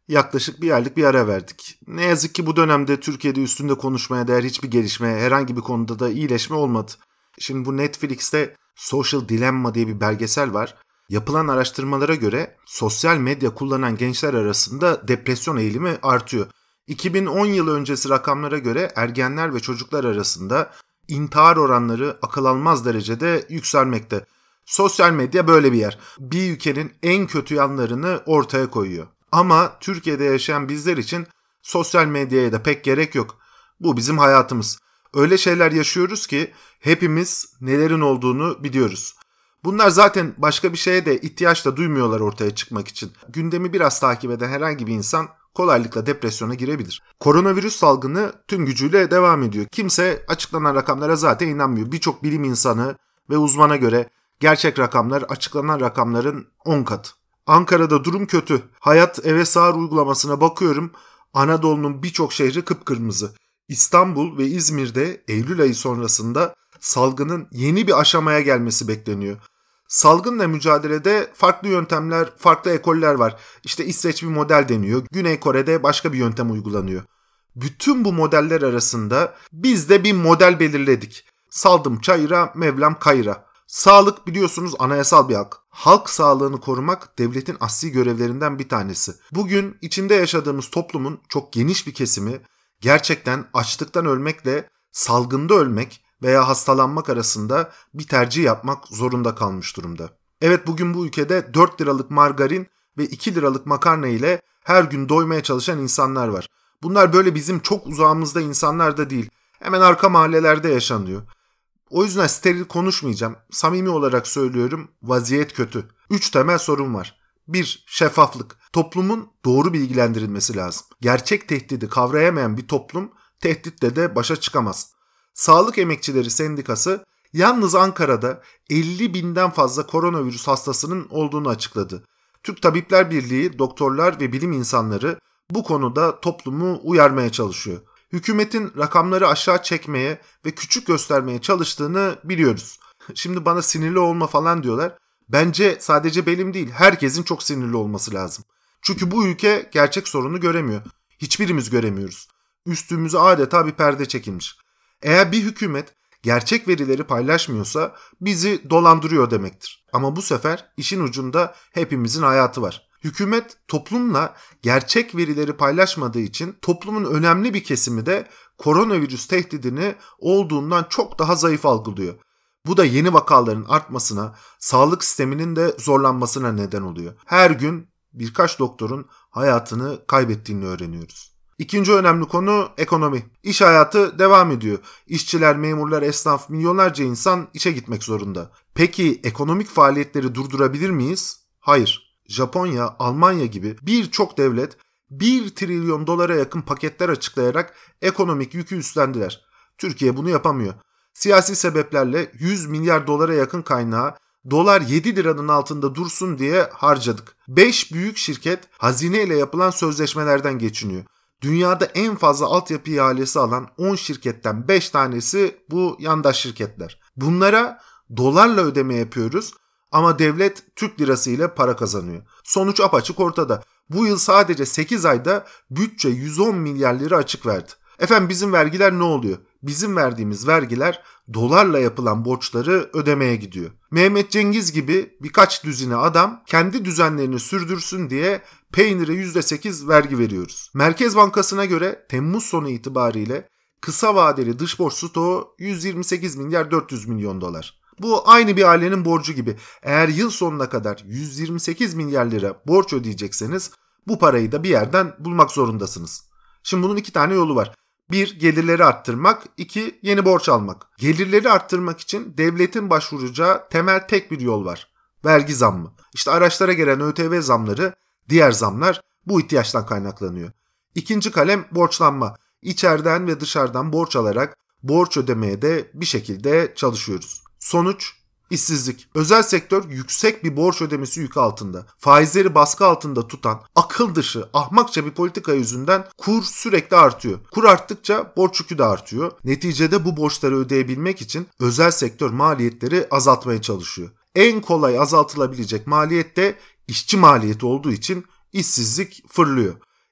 Yaklaşık bir aylık bir ara verdik. Ne yazık ki bu dönemde Türkiye'de üstünde konuşmaya değer hiçbir gelişme, herhangi bir konuda da iyileşme olmadı. Şimdi bu Netflix'te Social Dilemma diye bir belgesel var. Yapılan araştırmalara göre sosyal medya kullanan gençler arasında depresyon eğilimi artıyor. 2010 yılı öncesi rakamlara göre ergenler ve çocuklar arasında intihar oranları akıl almaz derecede yükselmekte. Sosyal medya böyle bir yer. Bir ülkenin en kötü yanlarını ortaya koyuyor. Ama Türkiye'de yaşayan bizler için sosyal medyaya da pek gerek yok. Bu bizim hayatımız. Öyle şeyler yaşıyoruz ki hepimiz nelerin olduğunu biliyoruz. Bunlar zaten başka bir şeye de ihtiyaç da duymuyorlar ortaya çıkmak için. Gündemi biraz takip eden herhangi bir insan kolaylıkla depresyona girebilir. Koronavirüs salgını tüm gücüyle devam ediyor. Kimse açıklanan rakamlara zaten inanmıyor. Birçok bilim insanı ve uzmana göre gerçek rakamlar açıklanan rakamların 10 katı. Ankara'da durum kötü. Hayat eve sağır uygulamasına bakıyorum. Anadolu'nun birçok şehri kıpkırmızı. İstanbul ve İzmir'de Eylül ayı sonrasında salgının yeni bir aşamaya gelmesi bekleniyor. Salgınla mücadelede farklı yöntemler, farklı ekoller var. İşte İsveç bir model deniyor. Güney Kore'de başka bir yöntem uygulanıyor. Bütün bu modeller arasında biz de bir model belirledik. Saldım çayıra, Mevlam kayıra. Sağlık biliyorsunuz anayasal bir hak. Halk sağlığını korumak devletin asli görevlerinden bir tanesi. Bugün içinde yaşadığımız toplumun çok geniş bir kesimi gerçekten açlıktan ölmekle salgında ölmek veya hastalanmak arasında bir tercih yapmak zorunda kalmış durumda. Evet, bugün bu ülkede 4 liralık margarin ve 2 liralık makarna ile her gün doymaya çalışan insanlar var. Bunlar böyle bizim çok uzağımızda insanlar da değil. Hemen arka mahallelerde yaşanıyor. O yüzden steril konuşmayacağım. Samimi olarak söylüyorum, vaziyet kötü. 3 temel sorun var. 1. Şeffaflık. Toplumun doğru bilgilendirilmesi lazım. Gerçek tehdidi kavrayamayan bir toplum tehditle de başa çıkamaz. Sağlık Emekçileri Sendikası yalnız Ankara'da 50 binden fazla koronavirüs hastasının olduğunu açıkladı. Türk Tabipler Birliği, doktorlar ve bilim insanları bu konuda toplumu uyarmaya çalışıyor. Hükümetin rakamları aşağı çekmeye ve küçük göstermeye çalıştığını biliyoruz. Şimdi bana sinirli olma falan diyorlar. Bence sadece benim değil, herkesin çok sinirli olması lazım. Çünkü bu ülke gerçek sorunu göremiyor. Hiçbirimiz göremiyoruz. Üstümüze adeta bir perde çekilmiş. Eğer bir hükümet gerçek verileri paylaşmıyorsa bizi dolandırıyor demektir. Ama bu sefer işin ucunda hepimizin hayatı var. Hükümet toplumla gerçek verileri paylaşmadığı için toplumun önemli bir kesimi de koronavirüs tehdidini olduğundan çok daha zayıf algılıyor. Bu da yeni vakaların artmasına, sağlık sisteminin de zorlanmasına neden oluyor. Her gün birkaç doktorun hayatını kaybettiğini öğreniyoruz. İkinci önemli konu ekonomi. İş hayatı devam ediyor. İşçiler, memurlar, esnaf, milyonlarca insan işe gitmek zorunda. Peki ekonomik faaliyetleri durdurabilir miyiz? Hayır. Japonya, Almanya gibi birçok devlet 1 trilyon dolara yakın paketler açıklayarak ekonomik yükü üstlendiler. Türkiye bunu yapamıyor. Siyasi sebeplerle 100 milyar dolara yakın kaynağı dolar 7 liranın altında dursun diye harcadık. 5 büyük şirket hazineyle yapılan sözleşmelerden geçiniyor. Dünyada en fazla altyapı ihalesi alan 10 şirketten 5 tanesi bu yandaş şirketler. Bunlara dolarla ödeme yapıyoruz ama devlet Türk lirası ile para kazanıyor. Sonuç apaçık ortada. Bu yıl sadece 8 ayda bütçe 110 milyar lira açık verdi. Efendim bizim vergiler ne oluyor? Bizim verdiğimiz vergiler dolarla yapılan borçları ödemeye gidiyor. Mehmet Cengiz gibi birkaç düzine adam kendi düzenlerini sürdürsün diye peynire %8 vergi veriyoruz. Merkez Bankası'na göre Temmuz sonu itibariyle kısa vadeli dış borç stoğu 128 milyar 400 milyon dolar. Bu aynı bir ailenin borcu gibi. Eğer yıl sonuna kadar 128 milyar lira borç ödeyecekseniz bu parayı da bir yerden bulmak zorundasınız. Şimdi bunun 2 tane yolu var. 1. Gelirleri arttırmak. 2. Yeni borç almak. Gelirleri arttırmak için devletin başvuracağı temel tek bir yol var. Vergi zammı. İşte araçlara gelen ÖTV zamları, diğer zamlar bu ihtiyaçtan kaynaklanıyor. İkinci kalem borçlanma. İçeriden ve dışarıdan borç alarak borç ödemeye de bir şekilde çalışıyoruz. Sonuç işsizlik. Özel sektör yüksek bir borç ödemesi yükü altında. Faizleri baskı altında tutan akıl dışı, ahmakça bir politika yüzünden kur sürekli artıyor. Kur arttıkça borç yükü de artıyor. Neticede bu borçları ödeyebilmek için özel sektör maliyetleri azaltmaya çalışıyor. En kolay azaltılabilecek maliyet de işçi maliyeti olduğu için işsizlik fırlıyor.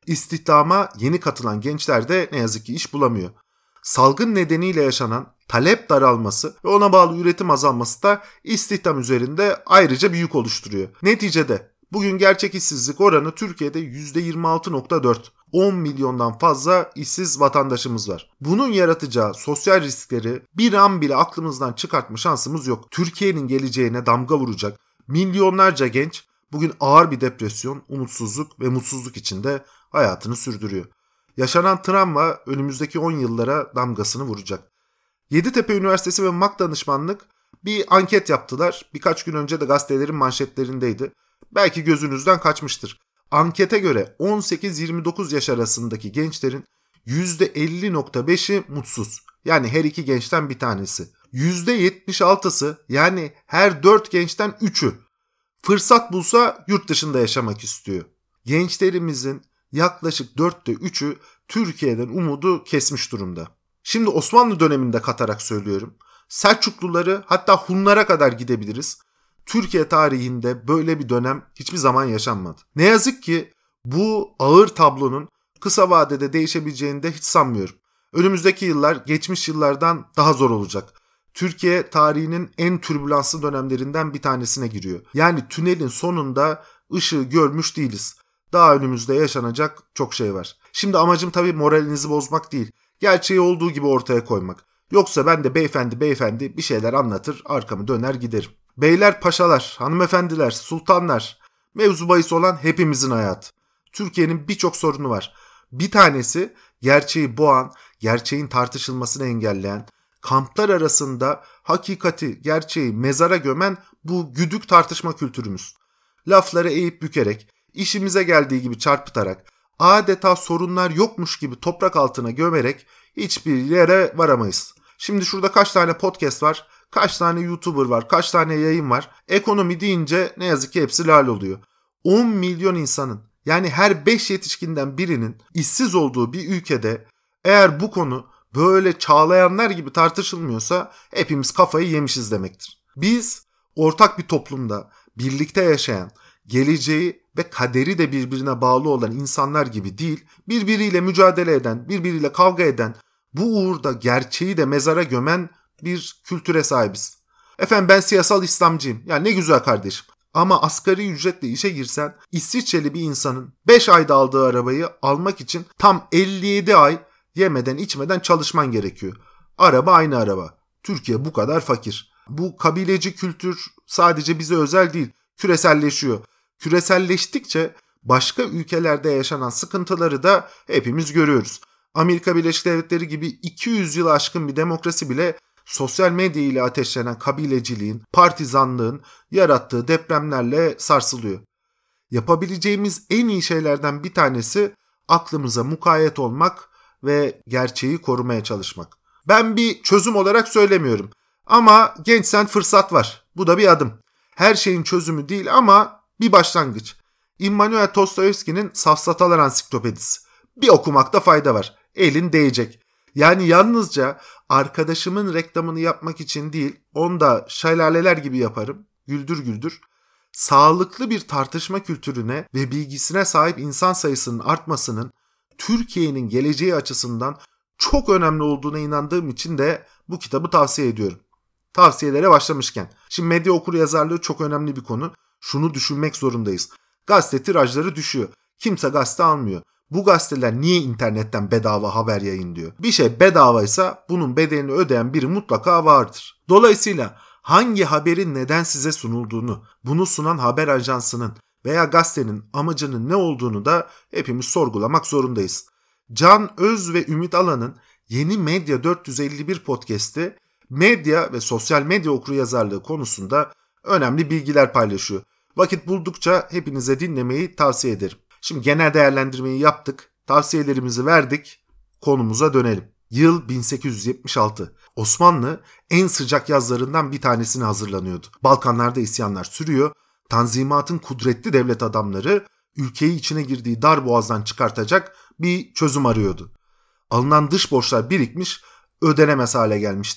İstihdama yeni katılan gençler de ne yazık ki iş bulamıyor. Salgın nedeniyle yaşanan talep daralması ve ona bağlı üretim azalması da istihdam üzerinde ayrıca bir yük oluşturuyor. Neticede bugün gerçek işsizlik oranı Türkiye'de %26.4. 10 milyondan fazla işsiz vatandaşımız var. Bunun yaratacağı sosyal riskleri bir an bile aklımızdan çıkartma şansımız yok. Türkiye'nin geleceğine damga vuracak milyonlarca genç bugün ağır bir depresyon, umutsuzluk ve mutsuzluk içinde hayatını sürdürüyor. Yaşanan travma önümüzdeki 10 yıllara damgasını vuracak. Yeditepe Üniversitesi ve MAK Danışmanlık bir anket yaptılar. Birkaç gün önce de gazetelerin manşetlerindeydi. Belki gözünüzden kaçmıştır. Ankete göre 18-29 yaş arasındaki gençlerin %50.5'i mutsuz. Yani her iki gençten bir tanesi. %76'sı yani her 4 gençten 3'ü fırsat bulsa yurt dışında yaşamak istiyor. Gençlerimizin yaklaşık 4'te 3'ü Türkiye'den umudu kesmiş durumda. Şimdi Osmanlı döneminde katarak söylüyorum. Selçukluları hatta Hunlara kadar gidebiliriz. Türkiye tarihinde böyle bir dönem hiçbir zaman yaşanmadı. Ne yazık ki bu ağır tablonun kısa vadede değişebileceğini de hiç sanmıyorum. Önümüzdeki yıllar geçmiş yıllardan daha zor olacak. Türkiye tarihinin en türbülanslı dönemlerinden bir tanesine giriyor. Yani tünelin sonunda ışığı görmüş değiliz. Daha önümüzde yaşanacak çok şey var. Şimdi amacım tabii moralinizi bozmak değil. Gerçeği olduğu gibi ortaya koymak. Yoksa ben de beyefendi bir şeyler anlatır, arkamı döner giderim. Beyler, paşalar, hanımefendiler, sultanlar, mevzu bahis olan hepimizin hayatı. Türkiye'nin birçok sorunu var. Bir tanesi gerçeği boğan, gerçeğin tartışılmasını engelleyen, kamplar arasında hakikati, gerçeği mezara gömen bu güdük tartışma kültürümüz. Lafları eğip bükerek, işimize geldiği gibi çarpıtarak, adeta sorunlar yokmuş gibi toprak altına gömerek hiçbir yere varamayız. Şimdi şurada kaç tane podcast var, kaç tane YouTuber var, kaç tane yayın var. Ekonomi deyince ne yazık ki hepsi lal oluyor. 10 milyon insanın yani her 5 yetişkinden birinin işsiz olduğu bir ülkede eğer bu konu böyle çağlayanlar gibi tartışılmıyorsa hepimiz kafayı yemişiz demektir. Biz ortak bir toplumda birlikte yaşayan, geleceği ve kaderi de birbirine bağlı olan insanlar gibi değil, birbiriyle mücadele eden, birbiriyle kavga eden, bu uğurda gerçeği de mezara gömen bir kültüre sahibiz. Efendim ben siyasal İslamcıyım. Ya ne güzel kardeşim. Ama asgari ücretle işe girsen İsviçreli bir insanın 5 ayda aldığı arabayı almak için tam 57 ay yemeden içmeden çalışman gerekiyor. Araba aynı araba. Türkiye bu kadar fakir. Bu kabileci kültür sadece bize özel değil. Küreselleşiyor. Küreselleştikçe başka ülkelerde yaşanan sıkıntıları da hepimiz görüyoruz. Amerika Birleşik Devletleri gibi 200 yıl aşkın bir demokrasi bile sosyal medya ile ateşlenen kabileciliğin, partizanlığın yarattığı depremlerle sarsılıyor. Yapabileceğimiz en iyi şeylerden bir tanesi aklımıza mukayyet olmak ve gerçeği korumaya çalışmak. Ben bir çözüm olarak söylemiyorum ama gençsen fırsat var. Bu da bir adım. Her şeyin çözümü değil ama bir başlangıç. İmmanuel Dostoyevski'nin Safsatalar Ansiklopedisi. Bir okumakta fayda var. Elin değecek. Yani yalnızca arkadaşımın reklamını yapmak için değil, onu da şelaleler gibi yaparım, güldür güldür. Sağlıklı bir tartışma kültürüne ve bilgisine sahip insan sayısının artmasının Türkiye'nin geleceği açısından çok önemli olduğuna inandığım için de bu kitabı tavsiye ediyorum. Tavsiyelere başlamışken, şimdi medya okuryazarlığı çok önemli bir konu. Şunu düşünmek zorundayız. Gazete tirajları düşüyor. Kimse gazete almıyor. Bu gazeteler niye internetten bedava haber yayınlıyor? Bir şey bedavaysa bunun bedelini ödeyen biri mutlaka vardır. Dolayısıyla hangi haberin neden size sunulduğunu, bunu sunan haber ajansının veya gazetenin amacının ne olduğunu da hepimiz sorgulamak zorundayız. Can Öz ve Ümit Alan'ın Yeni Medya 451 podcast'i medya ve sosyal medya okuryazarlığı konusunda önemli bilgiler paylaşıyor. Vakit buldukça hepinize dinlemeyi tavsiye ederim. Şimdi genel değerlendirmeyi yaptık, tavsiyelerimizi verdik, konumuza dönelim. Yıl 1876. Osmanlı en sıcak yazlarından bir tanesine hazırlanıyordu. Balkanlarda isyanlar sürüyor. Tanzimat'ın kudretli devlet adamları ülkeyi içine girdiği dar boğazdan çıkartacak bir çözüm arıyordu. Alınan dış borçlar birikmiş, ödenemez hale gelmişti.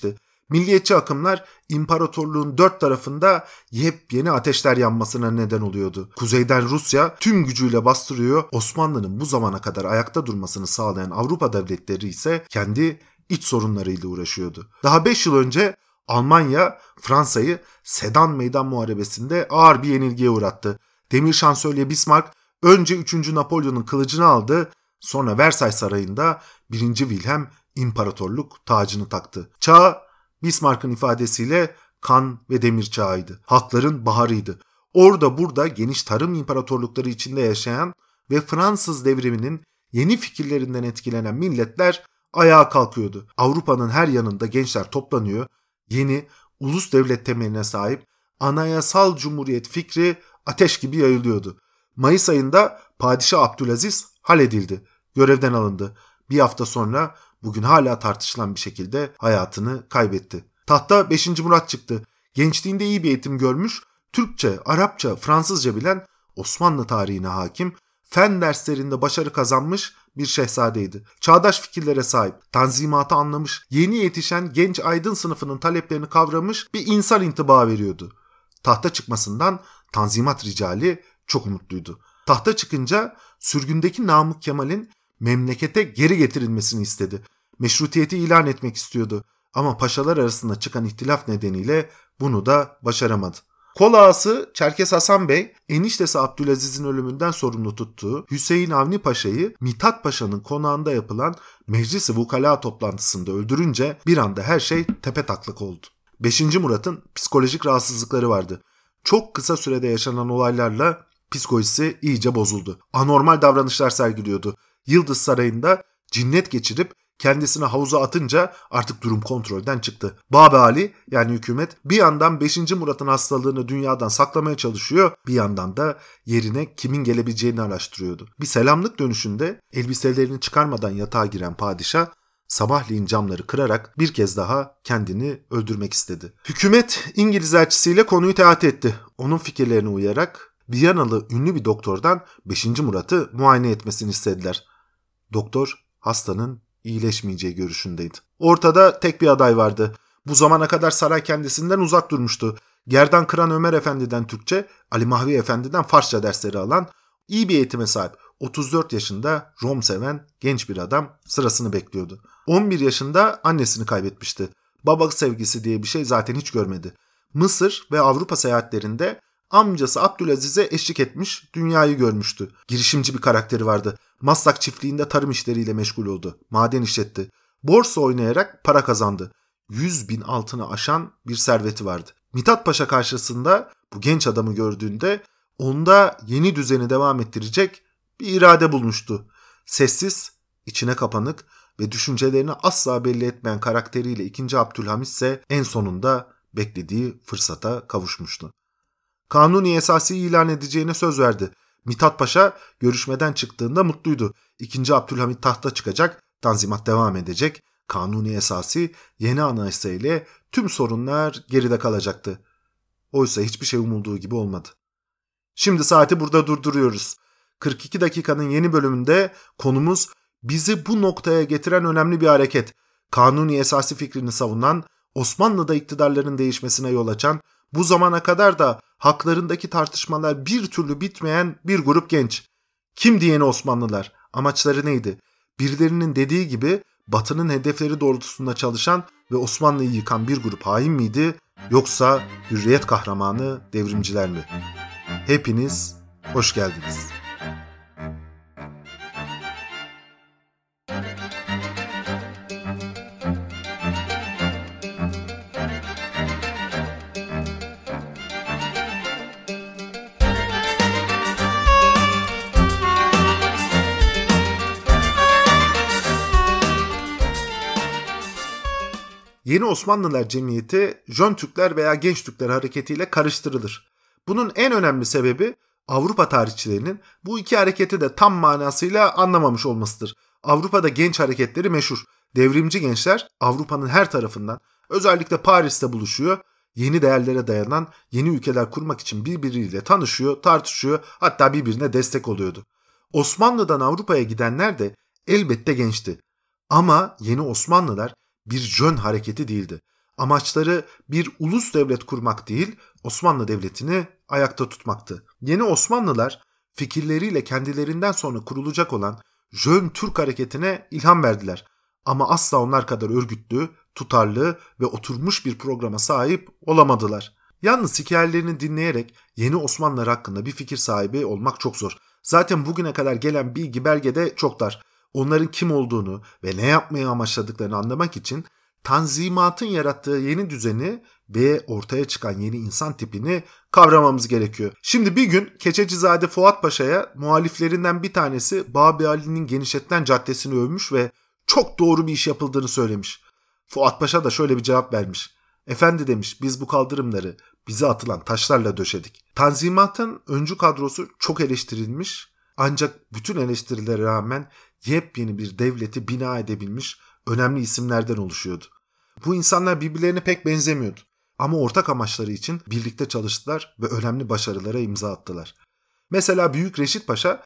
Milliyetçi akımlar imparatorluğun dört tarafında yepyeni ateşler yanmasına neden oluyordu. Kuzeyden Rusya tüm gücüyle bastırıyor. Osmanlı'nın bu zamana kadar ayakta durmasını sağlayan Avrupa devletleri ise kendi iç sorunlarıyla uğraşıyordu. Daha 5 yıl önce Almanya Fransa'yı Sedan Meydan Muharebesi'nde ağır bir yenilgiye uğrattı. Demir Şansölye Bismarck önce 3. Napolyon'un kılıcını aldı, sonra Versay Sarayı'nda 1. Wilhelm imparatorluk tacını taktı. Çağ, Bismarck'ın ifadesiyle kan ve demir çağıydı. Halkların baharıydı. Orada burada geniş tarım imparatorlukları içinde yaşayan ve Fransız devriminin yeni fikirlerinden etkilenen milletler ayağa kalkıyordu. Avrupa'nın her yanında gençler toplanıyor. Yeni ulus devlet temeline sahip anayasal cumhuriyet fikri ateş gibi yayılıyordu. Mayıs ayında Padişah Abdülaziz halledildi. Görevden alındı. Bir hafta sonra bugün hala tartışılan bir şekilde hayatını kaybetti. Tahta 5. Murat çıktı. Gençliğinde iyi bir eğitim görmüş, Türkçe, Arapça, Fransızca bilen, Osmanlı tarihine hakim, fen derslerinde başarı kazanmış bir şehzadeydi. Çağdaş fikirlere sahip, tanzimatı anlamış, yeni yetişen genç aydın sınıfının taleplerini kavramış bir insan intiba veriyordu. Tahta çıkmasından Tanzimat ricali çok umutluydu. Tahta çıkınca sürgündeki Namık Kemal'in memlekete geri getirilmesini istedi. Meşrutiyeti ilan etmek istiyordu ama paşalar arasında çıkan ihtilaf nedeniyle bunu da başaramadı. Kol ağası Çerkes Hasan Bey, eniştesi Abdülaziz'in ölümünden sorumlu tuttuğu Hüseyin Avni Paşa'yı Mithat Paşa'nın konağında yapılan Meclis-i Vukala toplantısında öldürünce bir anda her şey tepetaklak oldu. 5. Murat'ın psikolojik rahatsızlıkları vardı. Çok kısa sürede yaşanan olaylarla psikolojisi iyice bozuldu. Anormal davranışlar sergiliyordu. Yıldız Sarayı'nda cinnet geçirip kendisini havuza atınca artık durum kontrolden çıktı. Babali yani hükümet bir yandan 5. Murat'ın hastalığını dünyadan saklamaya çalışıyor, bir yandan da yerine kimin gelebileceğini araştırıyordu. Bir selamlık dönüşünde elbiselerini çıkarmadan yatağa giren padişah sabahleyin camları kırarak bir kez daha kendini öldürmek istedi. Hükümet İngiliz elçisiyle konuyu teat etti. Onun fikirlerine uyarak Viyanalı ünlü bir doktordan 5. Murat'ı muayene etmesini istediler. Doktor hastanın iyileşmeyeceği görüşündeydi. Ortada tek bir aday vardı. Bu zamana kadar saray kendisinden uzak durmuştu. Gerdan Kıran Ömer Efendi'den Türkçe, Ali Mahvi Efendi'den Farsça dersleri alan, iyi bir eğitime sahip 34 yaşında Rom seven genç bir adam sırasını bekliyordu. 11 yaşında annesini kaybetmişti. Baba sevgisi diye bir şey zaten hiç görmedi. Mısır ve Avrupa seyahatlerinde amcası Abdülaziz'e eşlik etmiş, dünyayı görmüştü. Girişimci bir karakteri vardı. Maslak çiftliğinde tarım işleriyle meşgul oldu. Maden işletti. Borsa oynayarak para kazandı. 100.000 altını aşan bir serveti vardı. Mithat Paşa karşısında bu genç adamı gördüğünde onda yeni düzeni devam ettirecek bir irade bulmuştu. Sessiz, içine kapanık ve düşüncelerini asla belli etmeyen karakteriyle 2. Abdülhamit ise en sonunda beklediği fırsata kavuşmuştu. Kanuni Esası ilan edeceğine söz verdi. Mithat Paşa görüşmeden çıktığında mutluydu. 2. Abdülhamit tahta çıkacak, Tanzimat devam edecek. Kanuni Esası yeni anayasa ile tüm sorunlar geride kalacaktı. Oysa hiçbir şey umulduğu gibi olmadı. Şimdi saati burada durduruyoruz. 42 dakikanın yeni bölümünde konumuz bizi bu noktaya getiren önemli bir hareket. Kanuni Esası fikrini savunan, Osmanlı'da iktidarların değişmesine yol açan, bu zamana kadar da haklarındaki tartışmalar bir türlü bitmeyen bir grup genç. Kimdi yeni Osmanlılar? Amaçları neydi? Birilerinin dediği gibi Batı'nın hedefleri doğrultusunda çalışan ve Osmanlı'yı yıkan bir grup hain miydi? Yoksa hürriyet kahramanı devrimciler mi? Hepiniz hoş geldiniz. Yeni Osmanlılar Cemiyeti Jön Türkler veya Genç Türkler hareketiyle karıştırılır. Bunun en önemli sebebi Avrupa tarihçilerinin bu iki hareketi de tam manasıyla anlamamış olmasıdır. Avrupa'da genç hareketleri meşhur. Devrimci gençler Avrupa'nın her tarafından, özellikle Paris'te buluşuyor. Yeni değerlere dayanan yeni ülkeler kurmak için birbiriyle tanışıyor, tartışıyor, hatta birbirine destek oluyordu. Osmanlı'dan Avrupa'ya gidenler de elbette gençti. Ama yeni Osmanlılar bir jön hareketi değildi. Amaçları bir ulus devlet kurmak değil, Osmanlı Devleti'ni ayakta tutmaktı. Yeni Osmanlılar fikirleriyle kendilerinden sonra kurulacak olan Jön Türk hareketine ilham verdiler. Ama asla onlar kadar örgütlü, tutarlı ve oturmuş bir programa sahip olamadılar. Yalnız hikayelerini dinleyerek yeni Osmanlılar hakkında bir fikir sahibi olmak çok zor. Zaten bugüne kadar gelen bilgi belgede çok dar. Onların kim olduğunu ve ne yapmayı amaçladıklarını anlamak için Tanzimat'ın yarattığı yeni düzeni ve ortaya çıkan yeni insan tipini kavramamız gerekiyor. Şimdi bir gün Keçecizade Fuat Paşa'ya muhaliflerinden bir tanesi Babi Ali'nin genişletilen caddesini övmüş ve çok doğru bir iş yapıldığını söylemiş. Fuat Paşa da şöyle bir cevap vermiş. Efendi demiş, biz bu kaldırımları bize atılan taşlarla döşedik. Tanzimat'ın öncü kadrosu çok eleştirilmiş, ancak bütün eleştirilere rağmen yepyeni bir devleti bina edebilmiş önemli isimlerden oluşuyordu. Bu insanlar birbirlerine pek benzemiyordu ama ortak amaçları için birlikte çalıştılar ve önemli başarılara imza attılar. Mesela Büyük Reşit Paşa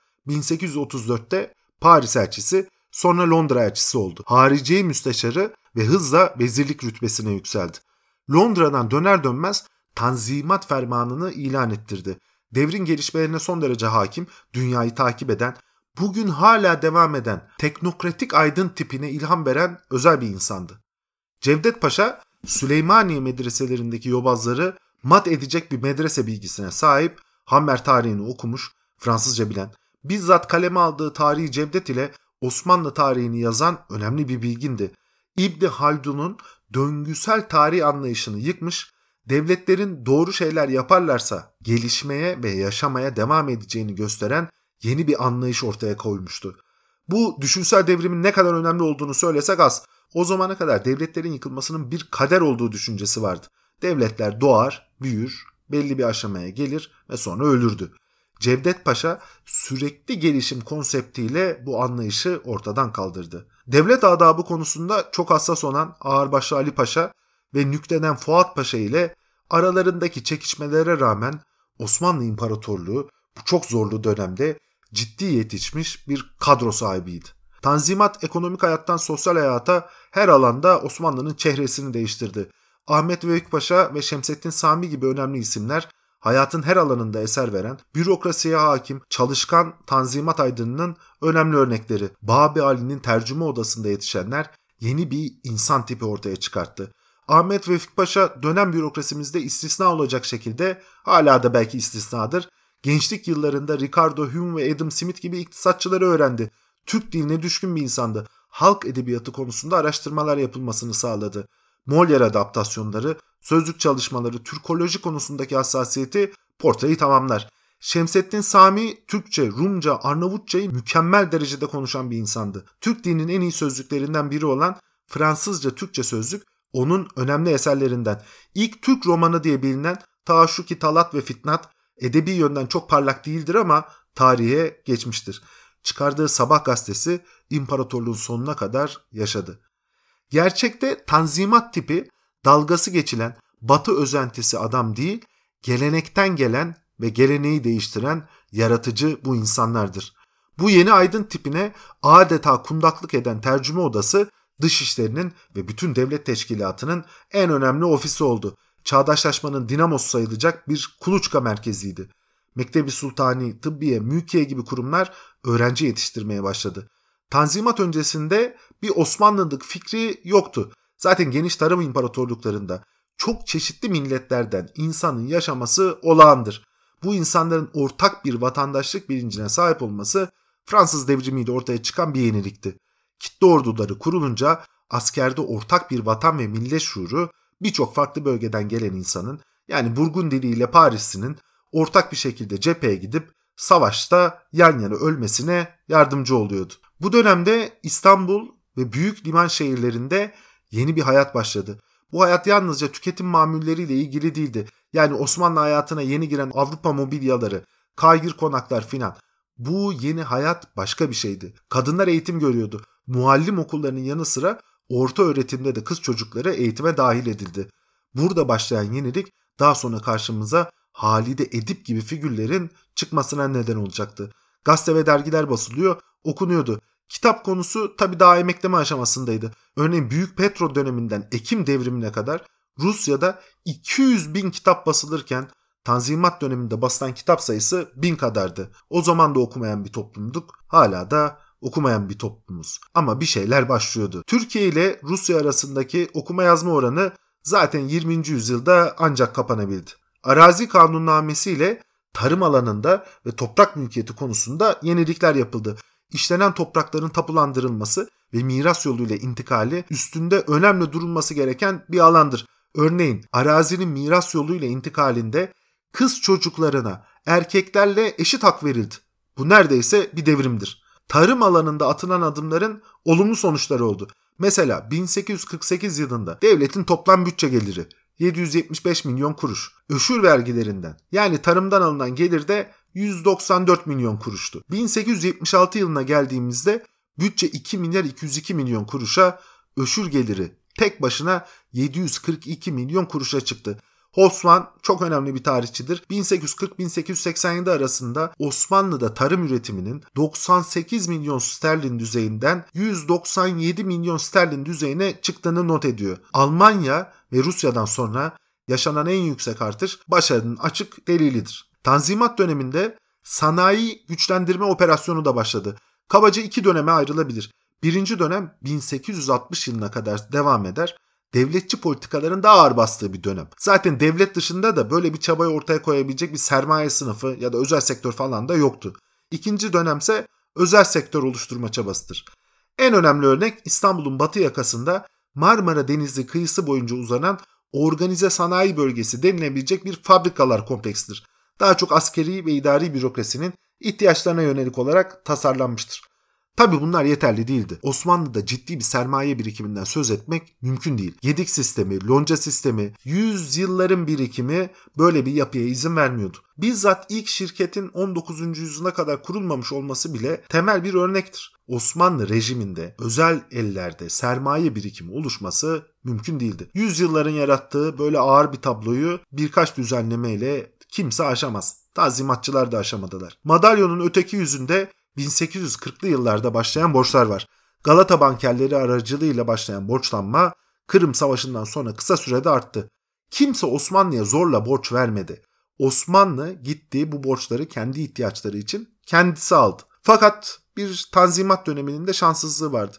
1834'te Paris elçisi, sonra Londra elçisi oldu. Hariciye müsteşarı ve hızla vezirlik rütbesine yükseldi. Londra'dan döner dönmez Tanzimat Fermanı'nı ilan ettirdi. Devrin gelişmelerine son derece hakim, dünyayı takip eden, bugün hala devam eden teknokratik aydın tipine ilham veren özel bir insandı. Cevdet Paşa, Süleymaniye medreselerindeki yobazları mat edecek bir medrese bilgisine sahip, Hammer tarihini okumuş, Fransızca bilen, bizzat kaleme aldığı Tarihi Cevdet ile Osmanlı tarihini yazan önemli bir bilgindi. İbn Haldun'un döngüsel tarih anlayışını yıkmış, devletlerin doğru şeyler yaparlarsa gelişmeye ve yaşamaya devam edeceğini gösteren yeni bir anlayış ortaya koymuştu. Bu düşünsel devrimin ne kadar önemli olduğunu söylesek az. O zamana kadar devletlerin yıkılmasının bir kader olduğu düşüncesi vardı. Devletler doğar, büyür, belli bir aşamaya gelir ve sonra ölürdü. Cevdet Paşa sürekli gelişim konseptiyle bu anlayışı ortadan kaldırdı. Devlet adabı konusunda çok hassas olan Ağırbaşlı Ali Paşa ve nükteden Fuat Paşa ile aralarındaki çekişmelere rağmen Osmanlı İmparatorluğu bu çok zorlu dönemde ciddi yetişmiş bir kadro sahibiydi. Tanzimat ekonomik hayattan sosyal hayata her alanda Osmanlı'nın çehresini değiştirdi. Ahmet Vefik Paşa ve Şemsettin Sami gibi önemli isimler hayatın her alanında eser veren, bürokrasiye hakim, çalışkan Tanzimat aydınının önemli örnekleri. Babi Ali'nin tercüme odasında yetişenler yeni bir insan tipi ortaya çıkarttı. Ahmet Vefik Paşa dönem bürokrasimizde istisna olacak şekilde, hala da belki istisnadır, gençlik yıllarında Ricardo Hume ve Adam Smith gibi iktisatçıları öğrendi. Türk diline düşkün bir insandı. Halk edebiyatı konusunda araştırmalar yapılmasını sağladı. Molière adaptasyonları, sözlük çalışmaları, Türkoloji konusundaki hassasiyeti portreyi tamamlar. Şemsettin Sami, Türkçe, Rumca, Arnavutçayı mükemmel derecede konuşan bir insandı. Türk dilinin en iyi sözlüklerinden biri olan Fransızca Türkçe sözlük onun önemli eserlerinden. İlk Türk romanı diye bilinen Taşşuki Talat ve Fitnat, edebi yönden çok parlak değildir ama tarihe geçmiştir. Çıkardığı Sabah gazetesi imparatorluğun sonuna kadar yaşadı. Gerçekte Tanzimat tipi dalgası geçilen Batı özentisi adam değil, gelenekten gelen ve geleneği değiştiren yaratıcı bu insanlardır. Bu yeni aydın tipine adeta kundaklık eden tercüme odası dışişlerinin ve bütün devlet teşkilatının en önemli ofisi oldu. Çağdaşlaşmanın dinamosu sayılacak bir kuluçka merkeziydi. Mektebi Sultani, Tıbbiye, Mülkiye gibi kurumlar öğrenci yetiştirmeye başladı. Tanzimat öncesinde bir Osmanlılık fikri yoktu. Zaten geniş tarım imparatorluklarında çok çeşitli milletlerden insanın yaşaması olağandır. Bu insanların ortak bir vatandaşlık bilincine sahip olması Fransız devrimiyle ortaya çıkan bir yenilikti. Kitle orduları kurulunca askerde ortak bir vatan ve millet şuuru birçok farklı bölgeden gelen insanın, yani Burgundili ile Parisli'nin ortak bir şekilde cepheye gidip savaşta yan yana ölmesine yardımcı oluyordu. Bu dönemde İstanbul ve büyük liman şehirlerinde yeni bir hayat başladı. Bu hayat yalnızca tüketim mamulleriyle ilgili değildi. Yani Osmanlı hayatına yeni giren Avrupa mobilyaları, kaygır konaklar filan. Bu yeni hayat başka bir şeydi. Kadınlar eğitim görüyordu. Muallim okullarının yanı sıra orta öğretimde de kız çocukları eğitime dahil edildi. Burada başlayan yenilik daha sonra karşımıza Halide Edip gibi figürlerin çıkmasına neden olacaktı. Gazete ve dergiler basılıyor, okunuyordu. Kitap konusu tabii daha emekleme aşamasındaydı. Örneğin Büyük Petro döneminden Ekim devrimine kadar Rusya'da 200 bin kitap basılırken Tanzimat döneminde basılan kitap sayısı 1000 kadardı. O zaman da okumayan bir toplumduk. Hala da okumayan bir toplumuz. Ama bir şeyler başlıyordu. Türkiye ile Rusya arasındaki okuma yazma oranı zaten 20. yüzyılda ancak kapanabildi. Arazi kanunnamesi ile tarım alanında ve toprak mülkiyeti konusunda yenilikler yapıldı. İşlenen toprakların tapulandırılması ve miras yoluyla intikali üstünde önemli durulması gereken bir alandır. Örneğin arazinin miras yoluyla intikalinde kız çocuklarına erkeklerle eşit hak verildi. Bu neredeyse bir devrimdir. Tarım alanında atılan adımların olumlu sonuçları oldu. Mesela 1848 yılında devletin toplam bütçe geliri 775 milyon kuruş. Öşür vergilerinden yani tarımdan alınan gelir de 194 milyon kuruştu. 1876 yılına geldiğimizde bütçe 2 milyar 202 milyon kuruşa, öşür geliri tek başına 742 milyon kuruşa çıktı. Haussmann çok önemli bir tarihçidir. 1840-1887 arasında Osmanlı'da tarım üretiminin 98 milyon sterlin düzeyinden 197 milyon sterlin düzeyine çıktığını not ediyor. Almanya ve Rusya'dan sonra yaşanan en yüksek artış başarının açık delilidir. Tanzimat döneminde sanayi güçlendirme operasyonu da başladı. Kabaca 2 döneme ayrılabilir. Birinci dönem 1860 yılına kadar devam eder. Devletçi politikaların daha ağır bastığı bir dönem. Zaten devlet dışında da böyle bir çabayı ortaya koyabilecek bir sermaye sınıfı ya da özel sektör falan da yoktu. İkinci dönemse özel sektör oluşturma çabasıdır. En önemli örnek İstanbul'un batı yakasında Marmara Denizi kıyısı boyunca uzanan organize sanayi bölgesi denilebilecek bir fabrikalar kompleksidir. Daha çok askeri ve idari bürokrasinin ihtiyaçlarına yönelik olarak tasarlanmıştır. Tabii bunlar yeterli değildi. Osmanlı'da ciddi bir sermaye birikiminden söz etmek mümkün değil. Yedik sistemi, lonca sistemi, yüzyılların birikimi böyle bir yapıya izin vermiyordu. Bizzat ilk şirketin 19. yüzyıla kadar kurulmamış olması bile temel bir örnektir. Osmanlı rejiminde özel ellerde sermaye birikimi oluşması mümkün değildi. Yüzyılların yarattığı böyle ağır bir tabloyu birkaç düzenlemeyle kimse aşamaz. Tanzimatçılar da aşamadılar. Madalyonun öteki yüzünde 1840'lı yıllarda başlayan borçlar var. Galata bankerleri aracılığıyla başlayan borçlanma Kırım Savaşı'ndan sonra kısa sürede arttı. Kimse Osmanlı'ya zorla borç vermedi. Osmanlı gitti bu borçları kendi ihtiyaçları için kendisi aldı. Fakat bir tanzimat döneminin de şanssızlığı vardı.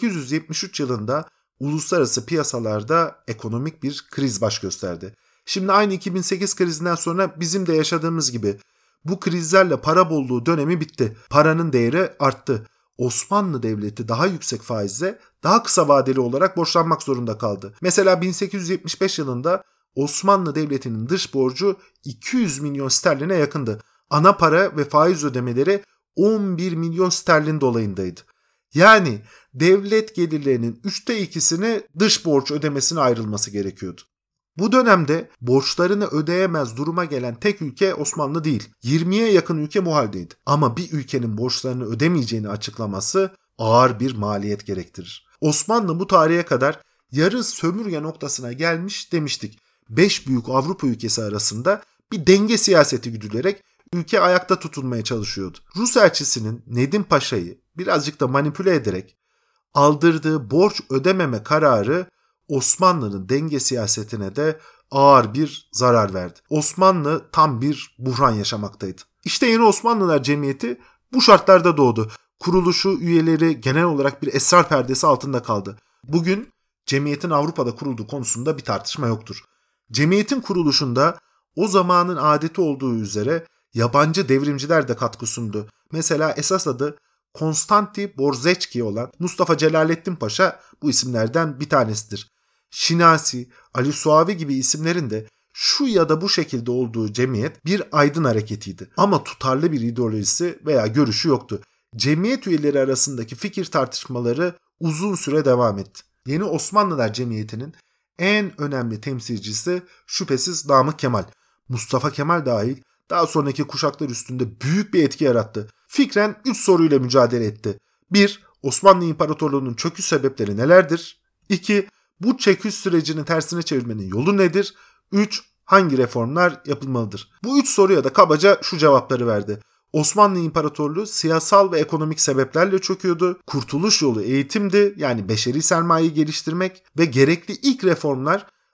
1873 yılında uluslararası piyasalarda ekonomik bir kriz baş gösterdi. Şimdi aynı 2008 krizinden sonra bizim de yaşadığımız gibi bu krizlerle para bolluğu dönemi bitti. Paranın değeri arttı. Osmanlı Devleti daha yüksek faizle daha kısa vadeli olarak borçlanmak zorunda kaldı. Mesela 1875 yılında Osmanlı Devleti'nin dış borcu 200 milyon sterline yakındı. Ana para ve faiz ödemeleri 11 milyon sterlin dolayındaydı. Yani devlet gelirlerinin 2/3'ünü dış borç ödemesine ayrılması gerekiyordu. Bu dönemde borçlarını ödeyemez duruma gelen tek ülke Osmanlı değil. 20'ye yakın ülke bu haldeydi. Ama bir ülkenin borçlarını ödemeyeceğini açıklaması ağır bir maliyet gerektirir. Osmanlı bu tarihe kadar yarı sömürge noktasına gelmiş demiştik. 5 büyük Avrupa ülkesi arasında bir denge siyaseti güdülerek ülke ayakta tutulmaya çalışıyordu. Rus elçisinin Nedim Paşa'yı birazcık da manipüle ederek aldırdığı borç ödememe kararı Osmanlı'nın denge siyasetine de ağır bir zarar verdi. Osmanlı tam bir buhran yaşamaktaydı. İşte Yeni Osmanlılar Cemiyeti bu şartlarda doğdu. Kuruluşu, üyeleri genel olarak bir esrar perdesi altında kaldı. Bugün cemiyetin Avrupa'da kurulduğu konusunda bir tartışma yoktur. Cemiyetin kuruluşunda o zamanın adeti olduğu üzere yabancı devrimciler de katkı sundu. Mesela esas adı Konstanti Borzeçki olan Mustafa Celaleddin Paşa bu isimlerden bir tanesidir. Şinasi, Ali Suavi gibi isimlerin de şu ya da bu şekilde olduğu cemiyet bir aydın hareketiydi. Ama tutarlı bir ideolojisi veya görüşü yoktu. Cemiyet üyeleri arasındaki fikir tartışmaları uzun süre devam etti. Yeni Osmanlılar Cemiyeti'nin en önemli temsilcisi şüphesiz Namık Kemal. Mustafa Kemal dahil daha sonraki kuşaklar üstünde büyük bir etki yarattı. Fikren 3 soruyla mücadele etti. 1. Osmanlı İmparatorluğu'nun çöküş sebepleri nelerdir? 2. Bu çöküş sürecinin tersine çevirmenin yolu nedir? 3. Hangi reformlar yapılmalıdır? Bu 3 soruya da kabaca şu cevapları verdi. Osmanlı İmparatorluğu siyasal ve ekonomik sebeplerle çöküyordu. Kurtuluş yolu eğitimdi, yani beşeri sermayeyi geliştirmek ve gerekli ilk reformlar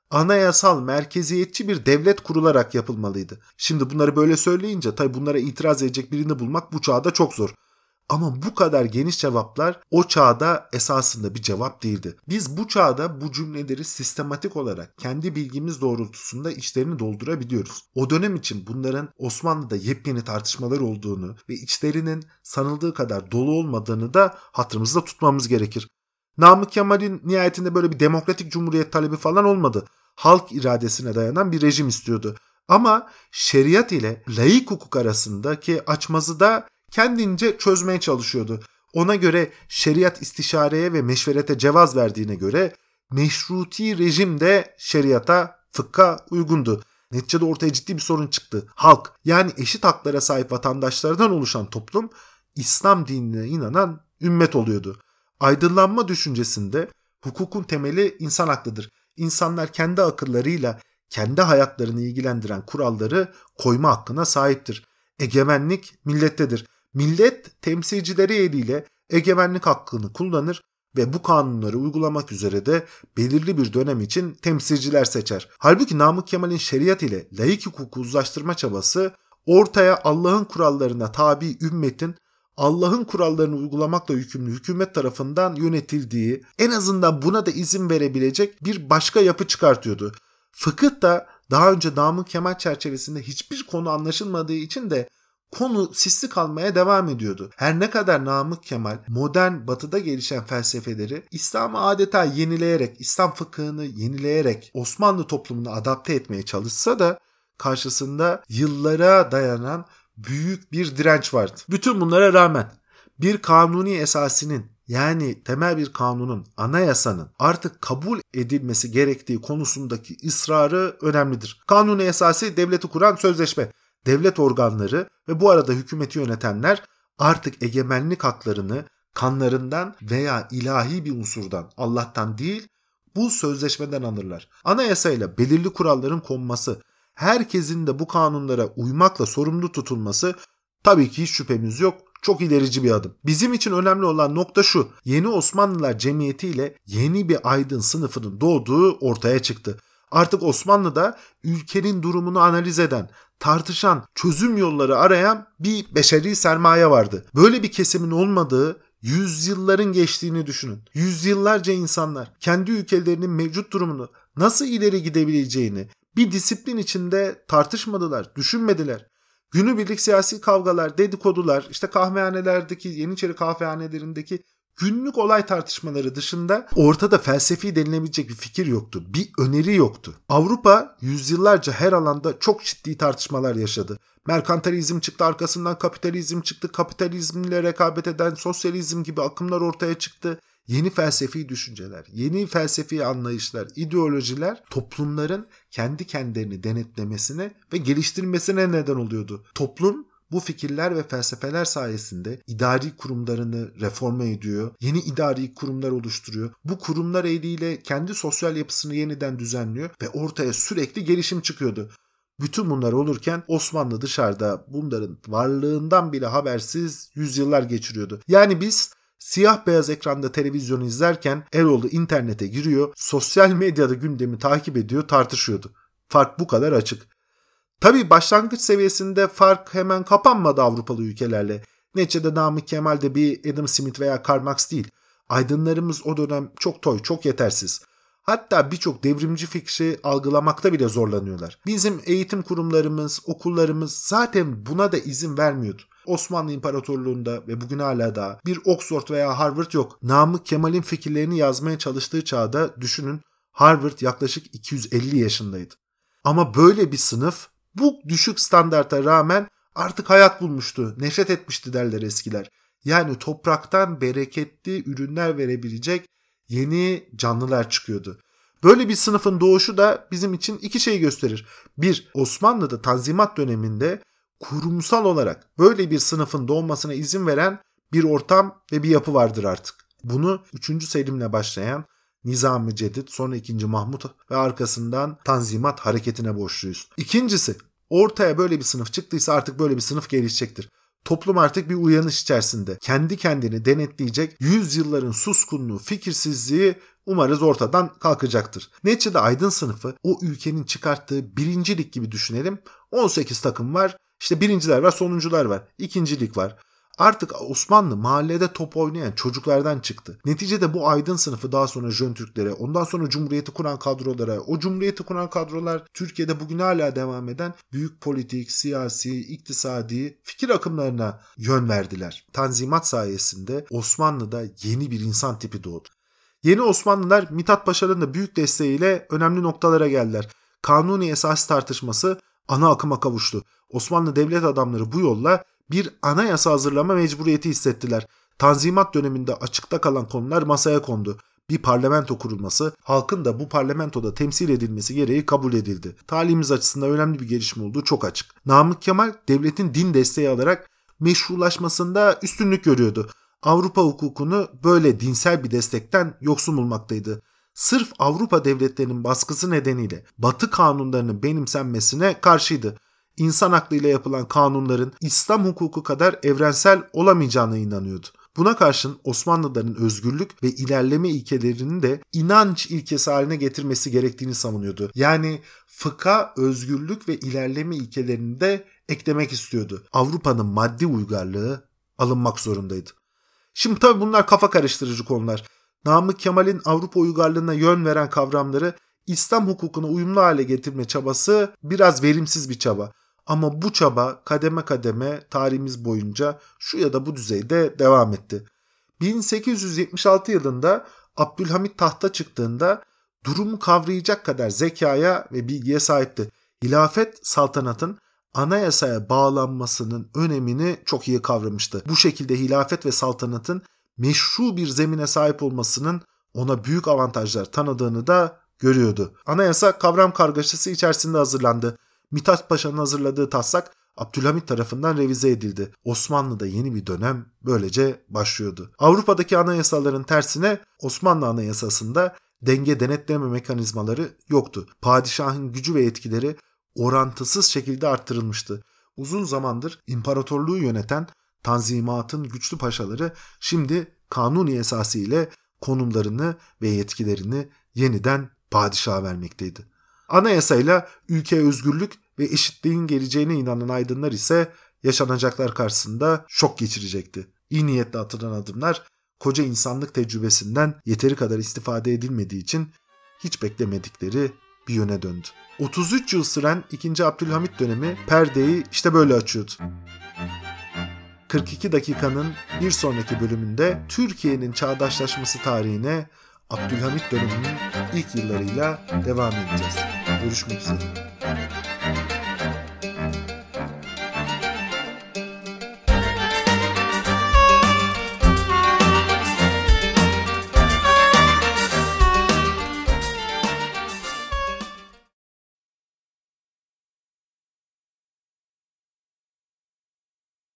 anayasal merkeziyetçi bir devlet kurularak yapılmalıydı. Şimdi bunları böyle söyleyince tabii bunlara itiraz edecek birini bulmak bu çağda çok zor. Ama bu kadar geniş cevaplar o çağda esasında bir cevap değildi. Biz bu çağda bu cümleleri sistematik olarak kendi bilgimiz doğrultusunda içlerini doldurabiliyoruz. O dönem için bunların Osmanlı'da yepyeni tartışmalar olduğunu ve içlerinin sanıldığı kadar dolu olmadığını da hatırımızda tutmamız gerekir. Namık Kemal'in nihayetinde böyle bir demokratik cumhuriyet talebi falan olmadı. Halk iradesine dayanan bir rejim istiyordu. Ama şeriat ile laik hukuk arasındaki açmazı da kendince çözmeye çalışıyordu. Ona göre şeriat istişareye ve meşverete cevaz verdiğine göre meşruti rejim de şeriata, fıkha uygundu. Neticede ortaya ciddi bir sorun çıktı. Halk, yani eşit haklara sahip vatandaşlardan oluşan toplum İslam dinine inanan ümmet oluyordu. Aydınlanma düşüncesinde hukukun temeli insan haklıdır. İnsanlar kendi akıllarıyla kendi hayatlarını ilgilendiren kuralları koyma hakkına sahiptir. Egemenlik millettedir. Millet temsilcileri eliyle egemenlik hakkını kullanır ve bu kanunları uygulamak üzere de belirli bir dönem için temsilciler seçer. Halbuki Namık Kemal'in şeriat ile laik hukuku uzlaştırma çabası ortaya Allah'ın kurallarına tabi ümmetin Allah'ın kurallarını uygulamakla yükümlü hükümet tarafından yönetildiği, en azından buna da izin verebilecek bir başka yapı çıkartıyordu. Fıkıh da daha önce Namık Kemal çerçevesinde hiçbir konu anlaşılmadığı için de konu sisli kalmaya devam ediyordu. Her ne kadar Namık Kemal modern batıda gelişen felsefeleri İslam'ı adeta yenileyerek, İslam fıkhını yenileyerek Osmanlı toplumuna adapte etmeye çalışsa da karşısında yıllara dayanan büyük bir direnç vardı. Bütün bunlara rağmen bir kanuni esasinin, yani temel bir kanunun, anayasanın artık kabul edilmesi gerektiği konusundaki ısrarı önemlidir. Kanuni esası devleti kuran sözleşme. Devlet organları ve bu arada hükümeti yönetenler artık egemenlik haklarını kanlarından veya ilahi bir unsurdan, Allah'tan değil, bu sözleşmeden alırlar. Anayasayla belirli kuralların konması, herkesin de bu kanunlara uymakla sorumlu tutulması tabii ki hiç şüphemiz yok. Çok ilerici bir adım. Bizim için önemli olan nokta şu: yeni Osmanlılar Cemiyeti ile yeni bir aydın sınıfının doğduğu ortaya çıktı. Artık Osmanlı'da ülkenin durumunu analiz eden, tartışan, çözüm yolları arayan bir beşeri sermaye vardı. Böyle bir kesimin olmadığı yüzyılların geçtiğini düşünün. Yüzyıllarca insanlar kendi ülkelerinin mevcut durumunu, nasıl ileri gidebileceğini bir disiplin içinde tartışmadılar, düşünmediler. Günübirlik siyasi kavgalar, dedikodular, işte kahvehanelerdeki, Yeniçeri kahvehanelerindeki günlük olay tartışmaları dışında ortada felsefi denilebilecek bir fikir yoktu. Bir öneri yoktu. Avrupa yüzyıllarca her alanda çok ciddi tartışmalar yaşadı. Merkantilizm çıktı, arkasından kapitalizm çıktı. Kapitalizmle rekabet eden sosyalizm gibi akımlar ortaya çıktı. Yeni felsefi düşünceler, yeni felsefi anlayışlar, ideolojiler toplumların kendi kendilerini denetlemesine ve geliştirmesine neden oluyordu. Toplum bu fikirler ve felsefeler sayesinde idari kurumlarını reforme ediyor, yeni idari kurumlar oluşturuyor. Bu kurumlar eliyle kendi sosyal yapısını yeniden düzenliyor ve ortaya sürekli gelişim çıkıyordu. Bütün bunlar olurken Osmanlı dışarıda bunların varlığından bile habersiz yüzyıllar geçiriyordu. Yani biz siyah beyaz ekranda televizyonu izlerken Eroğlu internete giriyor, sosyal medyada gündemi takip ediyor, tartışıyordu. Fark bu kadar açık. Tabii başlangıç seviyesinde fark hemen kapanmadı Avrupalı ülkelerle. Neticede Namık Kemal de bir Adam Smith veya Karl Marx değil. Aydınlarımız o dönem çok toy, çok yetersiz. Hatta birçok devrimci fikri algılamakta bile zorlanıyorlar. Bizim eğitim kurumlarımız, okullarımız zaten buna da izin vermiyordu. Osmanlı İmparatorluğu'nda ve bugün hala da bir Oxford veya Harvard yok. Namık Kemal'in fikirlerini yazmaya çalıştığı çağda düşünün, Harvard yaklaşık 250 yaşındaydı. Ama böyle bir sınıf bu düşük standarta rağmen artık hayat bulmuştu, neşet etmişti derler eskiler. Yani topraktan bereketli ürünler verebilecek yeni canlılar çıkıyordu. Böyle bir sınıfın doğuşu da bizim için iki şey gösterir. Bir, Osmanlı'da Tanzimat döneminde kurumsal olarak böyle bir sınıfın doğmasına izin veren bir ortam ve bir yapı vardır artık. Bunu 3. Selim'le başlayan Nizam-ı Cedid, sonra 2. Mahmut ve arkasından Tanzimat hareketine borçluyuz. İkincisi, ortaya böyle bir sınıf çıktıysa artık böyle bir sınıf gelişecektir. Toplum artık bir uyanış içerisinde. Kendi kendini denetleyecek yüzyılların suskunluğu, fikirsizliği umarız ortadan kalkacaktır. Neticede aydın sınıfı o ülkenin çıkarttığı birincilik gibi düşünelim. 18 takım var. İşte birinciler var, sonuncular var. İkincilik var. Artık Osmanlı mahallede top oynayan çocuklardan çıktı. Neticede bu aydın sınıfı daha sonra Jön Türklere, ondan sonra Cumhuriyeti kuran kadrolara, o Cumhuriyeti kuran kadrolar Türkiye'de bugün hala devam eden büyük politik, siyasi, iktisadi fikir akımlarına yön verdiler. Tanzimat sayesinde Osmanlı'da yeni bir insan tipi doğdu. Yeni Osmanlılar Mithat Paşa'nın da büyük desteğiyle önemli noktalara geldiler. Kanuni esas tartışması ana akıma kavuştu. Osmanlı devlet adamları bu yolla bir anayasa hazırlama mecburiyeti hissettiler. Tanzimat döneminde açıkta kalan konular masaya kondu. Bir parlamento kurulması, halkın da bu parlamentoda temsil edilmesi gereği kabul edildi. Tarihimiz açısından önemli bir gelişme olduğu çok açık. Namık Kemal devletin din desteği alarak meşrulaşmasında üstünlük görüyordu. Avrupa hukukunu böyle dinsel bir destekten yoksun bulmaktaydı. Sırf Avrupa devletlerinin baskısı nedeniyle Batı kanunlarının benimsenmesine karşıydı. İnsan aklıyla yapılan kanunların İslam hukuku kadar evrensel olamayacağına inanıyordu. Buna karşın Osmanlıların özgürlük ve ilerleme ilkelerini de inanç ilkesi haline getirmesi gerektiğini savunuyordu. Yani fıkha özgürlük ve ilerleme ilkelerini de eklemek istiyordu. Avrupa'nın maddi uygarlığı alınmak zorundaydı. Şimdi tabii bunlar kafa karıştırıcı konular. Namık Kemal'in Avrupa uygarlığına yön veren kavramları İslam hukukuna uyumlu hale getirme çabası biraz verimsiz bir çaba. Ama bu çaba kademe kademe tarihimiz boyunca şu ya da bu düzeyde devam etti. 1876 yılında Abdülhamit tahta çıktığında durumu kavrayacak kadar zekaya ve bilgiye sahipti. Hilafet saltanatın anayasaya bağlanmasının önemini çok iyi kavramıştı. Bu şekilde hilafet ve saltanatın meşru bir zemine sahip olmasının ona büyük avantajlar tanıdığını da görüyordu. Anayasa kavram kargaşası içerisinde hazırlandı. Mithat Paşa'nın hazırladığı taslak Abdülhamit tarafından revize edildi. Osmanlı'da yeni bir dönem böylece başlıyordu. Avrupa'daki anayasaların tersine Osmanlı Anayasası'nda denge denetleme mekanizmaları yoktu. Padişahın gücü ve etkileri orantısız şekilde arttırılmıştı. Uzun zamandır imparatorluğu yöneten Tanzimat'ın güçlü paşaları şimdi Kanuni esası ile konumlarını ve yetkilerini yeniden padişaha vermekteydi. Anayasayla ülkeye özgürlük ve eşitliğin geleceğine inanan aydınlar ise yaşanacaklar karşısında şok geçirecekti. İyi niyetle atılan adımlar koca insanlık tecrübesinden yeteri kadar istifade edilmediği için hiç beklemedikleri bir yöne döndü. 33 yıl süren 2. Abdülhamit dönemi perdeyi işte böyle açıyordu. 42 dakikanın bir sonraki bölümünde Türkiye'nin çağdaşlaşması tarihine Abdülhamit döneminin ilk yıllarıyla devam edeceğiz. Görüşmek üzere.